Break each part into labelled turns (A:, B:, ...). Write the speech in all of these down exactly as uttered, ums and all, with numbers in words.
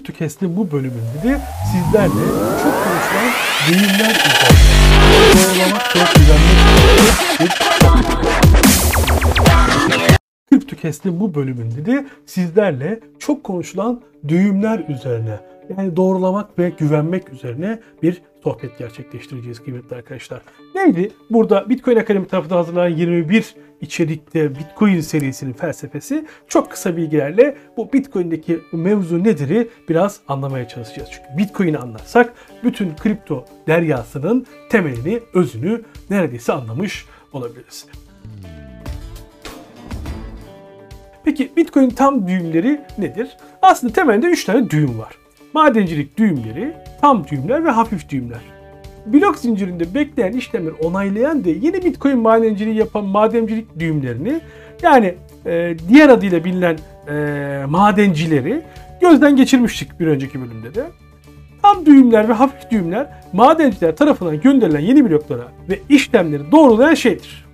A: CryptoCast'in bu bölümünde de sizlerle çok konuşulan deyimler üzerine doğrulamak ve güvenmek CryptoCast'in bu bölümünde de sizlerle çok konuşulan düğümler üzerine, yani doğrulamak ve güvenmek üzerine bir sohbet gerçekleştireceğiz kıymetli arkadaşlar. Neydi? Burada Bitcoin Akademi tarafından hazırlanan yirmi bir içerikte Bitcoin serisinin felsefesi, çok kısa bilgilerle bu Bitcoin'deki mevzu nedir'i biraz anlamaya çalışacağız. Çünkü Bitcoin'i anlarsak bütün kripto deryasının temelini, özünü neredeyse anlamış olabiliriz. Peki Bitcoin tam düğümleri nedir? Aslında temelde üç tane düğüm var. Madencilik düğümleri, tam düğümler ve hafif düğümler. Blok zincirinde bekleyen işlemleri onaylayan da yeni Bitcoin madenciliği yapan madencilik düğümlerini, yani e, diğer adıyla bilinen e, madencileri gözden geçirmiştik bir önceki bölümde de. Tam düğümler ve hafif düğümler madenciler tarafından gönderilen yeni bloklara ve işlemleri doğrulayan şeydir.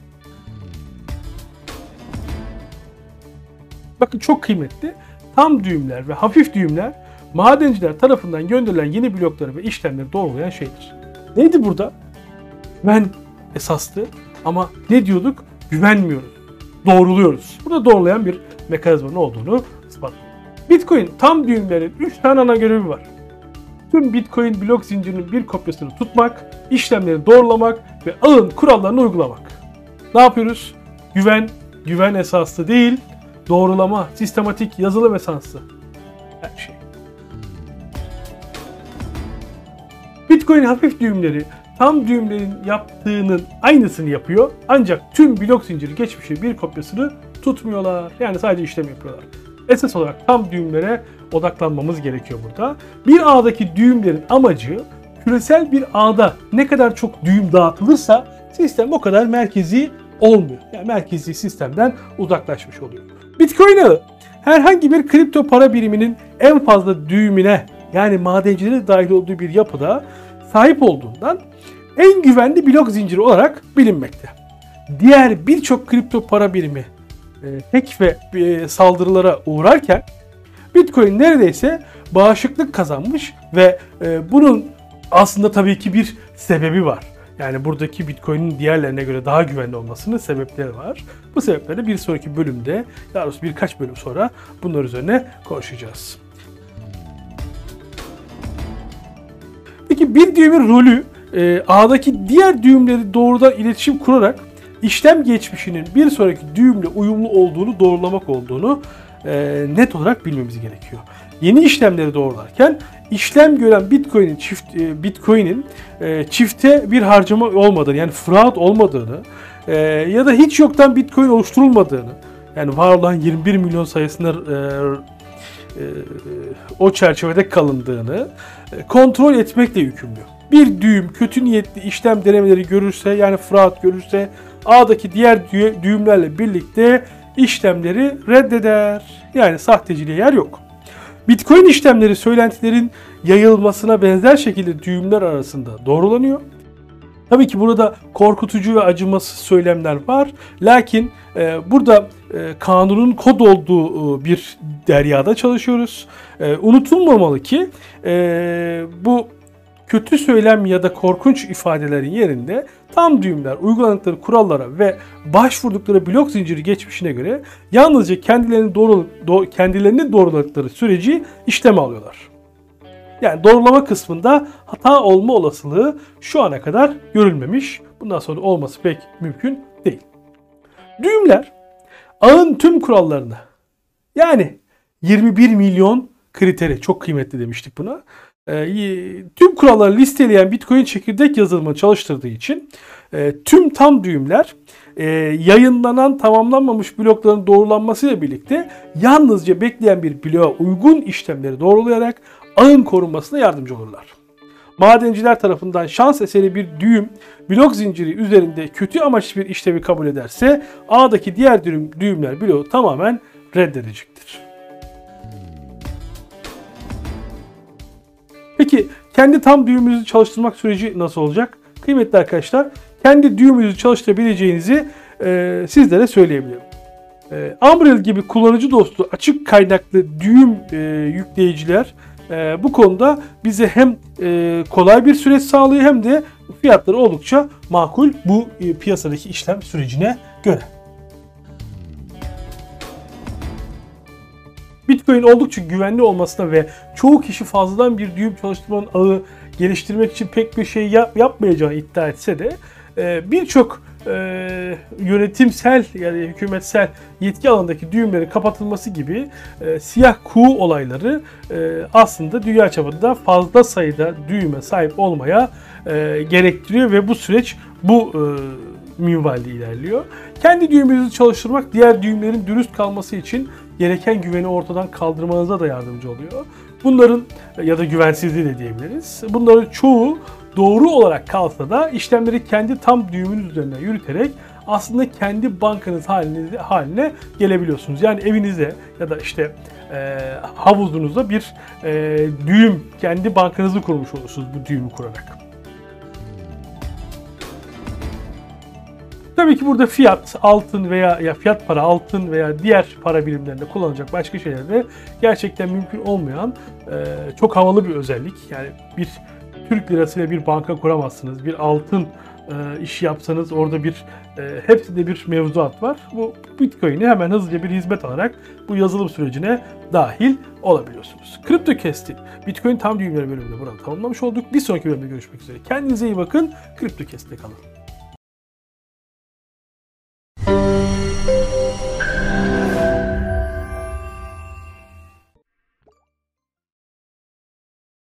A: Bakın çok kıymetli. Tam düğümler ve hafif düğümler madenciler tarafından gönderilen yeni blokları ve işlemleri doğrulayan şeydir. Neydi burada? Güven esastı ama ne diyorduk? Güvenmiyoruz. Doğruluyoruz. Burada doğrulayan bir mekanizmanın olduğunu ispatlıyor. Bitcoin tam düğümlerin üç tane ana görevi var. Tüm Bitcoin blok zincirinin bir kopyasını tutmak, işlemleri doğrulamak ve ağın kurallarını uygulamak. Ne yapıyoruz? Güven, güven esaslı değil, doğrulama, sistematik, yazılı ve sanslı. Her şey. Bitcoin hafif düğümleri tam düğümlerin yaptığının aynısını yapıyor. Ancak tüm blok zinciri geçmişi bir kopyasını tutmuyorlar. Yani sadece işlem yapıyorlar. Esas olarak tam düğümlere odaklanmamız gerekiyor burada. Bir ağdaki düğümlerin amacı, küresel bir ağda ne kadar çok düğüm dağıtılırsa sistem o kadar merkezi olmuyor. Yani merkezi sistemden uzaklaşmış oluyor. Bitcoin ağı herhangi bir kripto para biriminin en fazla düğümüne, yani madencilerin dahil olduğu bir yapıda sahip olduğundan en güvenli blok zinciri olarak bilinmekte. Diğer birçok kripto para birimi e, hack ve e, saldırılara uğrarken Bitcoin neredeyse bağışıklık kazanmış ve e, bunun aslında tabii ki bir sebebi var. Yani buradaki Bitcoin'in diğerlerine göre daha güvenli olmasının sebepleri var. Bu sebepleri bir sonraki bölümde, daha doğrusu birkaç bölüm sonra bunlar üzerine konuşacağız. Peki bir düğümün rolü e, ağdaki diğer düğümleri doğrudan iletişim kurarak işlem geçmişinin bir sonraki düğümle uyumlu olduğunu doğrulamak olduğunu e, net olarak bilmemiz gerekiyor. Yeni işlemleri doğrularken işlem gören Bitcoin'in çift e, Bitcoin'in e, çifte bir harcama olmadığını, yani fraud olmadığını e, ya da hiç yoktan Bitcoin oluşturulmadığını, yani var olan yirmi bir milyon sayısında e, e, o çerçevede kalındığını e, kontrol etmekle yükümlü. Bir düğüm kötü niyetli işlem denemeleri görürse, yani fraud görürse ağdaki diğer düğümlerle birlikte işlemleri reddeder. Yani sahteciliğe yer yok. Bitcoin işlemleri söylentilerin yayılmasına benzer şekilde düğümler arasında doğrulanıyor. Tabii ki burada korkutucu ve acımasız söylemler var. Lakin e, burada e, kanunun kod olduğu e, bir deryada çalışıyoruz. E, unutulmamalı ki e, bu kötü söylem ya da korkunç ifadelerin yerinde tam düğümler uyguladıkları kurallara ve başvurdukları blok zinciri geçmişine göre yalnızca kendilerini doğru, do, kendilerini doğruladıkları süreci işleme alıyorlar. Yani doğrulama kısmında hata olma olasılığı şu ana kadar görülmemiş. Bundan sonra olması pek mümkün değil. Düğümler ağın tüm kurallarını, yani yirmi bir milyon kriteri, çok kıymetli demiştik buna, tüm kuralları listeleyen Bitcoin çekirdek yazılımını çalıştırdığı için tüm tam düğümler yayınlanan tamamlanmamış blokların doğrulanmasıyla birlikte yalnızca bekleyen bir bloğa uygun işlemleri doğrulayarak ağın korunmasına yardımcı olurlar. Madenciler tarafından şans eseri bir düğüm blok zinciri üzerinde kötü amaçlı bir işlevi kabul ederse ağdaki diğer düğüm, düğümler bloğu tamamen reddedecektir. Peki kendi tam düğümünüzü çalıştırmak süreci nasıl olacak? Kıymetli arkadaşlar, kendi düğümünüzü çalıştırabileceğinizi e, sizlere söyleyebilirim. E, Umbrel gibi kullanıcı dostu açık kaynaklı düğüm e, yükleyiciler e, bu konuda bize hem e, kolay bir süreç sağlıyor hem de fiyatları oldukça makul bu e, piyasadaki işlem sürecine göre. Bitcoin oldukça güvenli olmasına ve çoğu kişi fazladan bir düğüm çalıştırmanın ağı geliştirmek için pek bir şey yap, yapmayacağını iddia etse de e, birçok e, yönetimsel yani hükümetsel yetki alanındaki düğümlerin kapatılması gibi e, siyah kuğu olayları e, aslında dünya çapında fazla sayıda düğüme sahip olmaya e, gerektiriyor ve bu süreç bu e, minvalde ilerliyor. Kendi düğümünüzü çalıştırmak diğer düğümlerin dürüst kalması için gereken güveni ortadan kaldırmanıza da yardımcı oluyor. Bunların ya da güvensizliği de diyebiliriz. Bunların çoğu doğru olarak kalsa da işlemleri kendi tam düğümünüz üzerinden yürüterek aslında kendi bankanız haline, haline gelebiliyorsunuz. Yani evinize ya da işte e, havuzunuzda bir e, düğüm, kendi bankanızı kurmuş olursunuz bu düğümü kurarak. Tabii ki burada fiyat, altın veya ya fiyat para, altın veya diğer para birimlerinde kullanılacak başka şeylerde gerçekten mümkün olmayan e, çok havalı bir özellik. Yani bir Türk lirasıyla bir banka kuramazsınız. Bir altın e, işi yapsanız orada bir e, hepsinde bir mevzuat var. Bu Bitcoin'i hemen hızlıca bir hizmet alarak bu yazılım sürecine dahil olabiliyorsunuz. CryptoCast'in Bitcoin tam düğümleri bölümünde burada tamamlamış olduk. Bir sonraki bölümde görüşmek üzere. Kendinize iyi bakın. CryptoCast'te kalın.